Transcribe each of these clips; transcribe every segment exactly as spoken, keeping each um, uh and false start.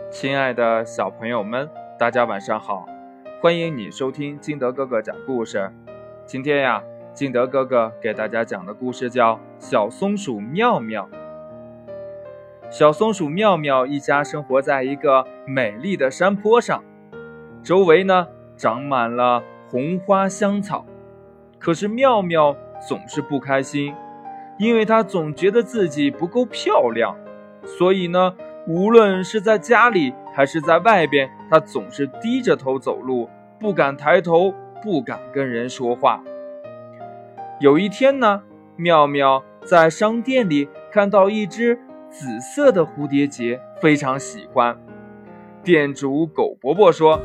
亲爱的小朋友们，大家晚上好，欢迎你收听金德哥哥讲故事。今天呀，金德哥哥给大家讲的故事叫《小松鼠妙妙》。小松鼠妙妙一家生活在一个美丽的山坡上，周围呢长满了红花香草。可是妙妙总是不开心，因为她总觉得自己不够漂亮，所以呢无论是在家里还是在外边，她总是低着头走路，不敢抬头，不敢跟人说话。有一天呢，妙妙在商店里看到一只紫色的蝴蝶结，非常喜欢。店主狗伯伯说，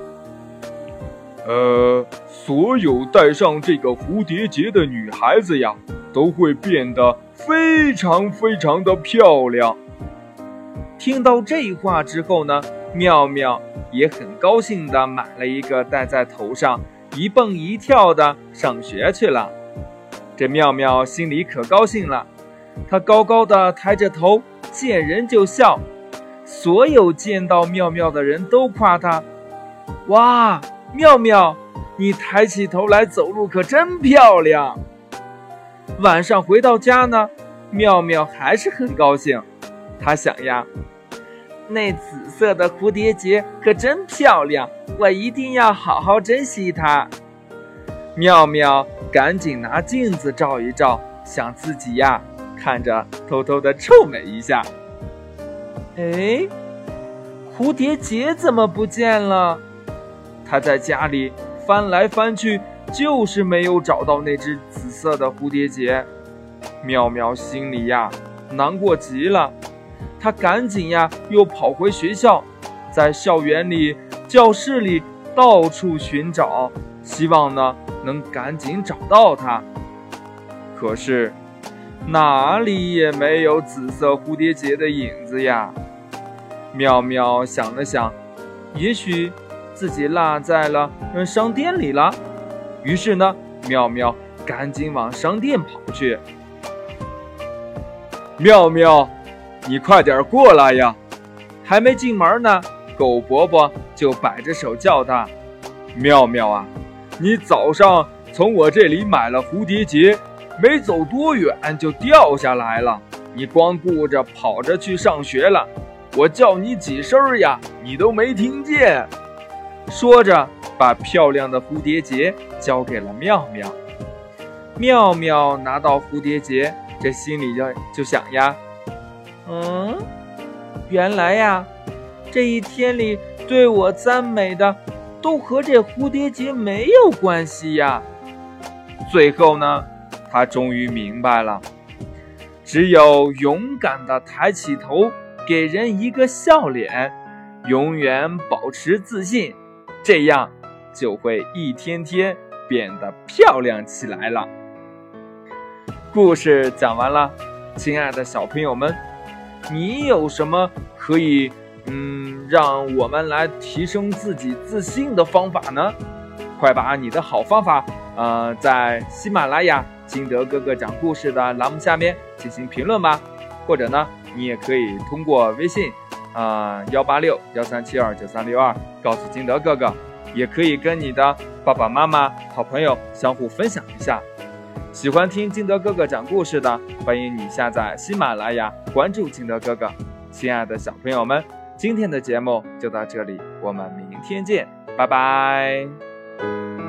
呃，所有戴上这个蝴蝶结的女孩子呀，都会变得非常非常的漂亮。听到这话之后呢，妙妙也很高兴地买了一个戴在头上，一蹦一跳地上学去了。这妙妙心里可高兴了，她高高地抬着头，见人就笑。所有见到妙妙的人都夸她，哇，妙妙，你抬起头来走路可真漂亮。晚上回到家呢，妙妙还是很高兴。她想呀，那紫色的蝴蝶结可真漂亮，我一定要好好珍惜它。妙妙赶紧拿镜子照一照，想自己呀，看着偷偷的臭美一下。哎，蝴蝶结怎么不见了？她在家里翻来翻去，就是没有找到那只紫色的蝴蝶结。妙妙心里呀难过极了，她赶紧呀又跑回学校，在校园里、教室里到处寻找，希望呢能赶紧找到它。可是哪里也没有紫色蝴蝶结的影子呀。妙妙想了想，也许自己落在了商店里了。于是呢，妙妙赶紧往商店跑去。妙妙，你快点过来呀！还没进门呢，狗伯伯就摆着手叫他。妙妙啊，你早上从我这里买了蝴蝶结，没走多远就掉下来了，你光顾着跑着去上学了，我叫你几声呀，你都没听见。说着把漂亮的蝴蝶结交给了妙妙。妙妙拿到蝴蝶结，这心里就就想呀，嗯，原来呀，这一天里对我赞美的都和这蝴蝶结没有关系呀。最后呢，他终于明白了，只有勇敢地抬起头，给人一个笑脸，永远保持自信，这样就会一天天变得漂亮起来了。故事讲完了，亲爱的小朋友们，你有什么可以嗯让我们来提升自己自信的方法呢？快把你的好方法呃在喜马拉雅金德哥哥讲故事的栏目下面进行评论吧，或者呢你也可以通过微信啊幺八六幺三七二九三六二告诉金德哥哥，也可以跟你的爸爸妈妈、好朋友相互分享一下。喜欢听金德哥哥讲故事的，欢迎你下载喜马拉雅，关注金德哥哥。亲爱的小朋友们，今天的节目就到这里，我们明天见，拜拜。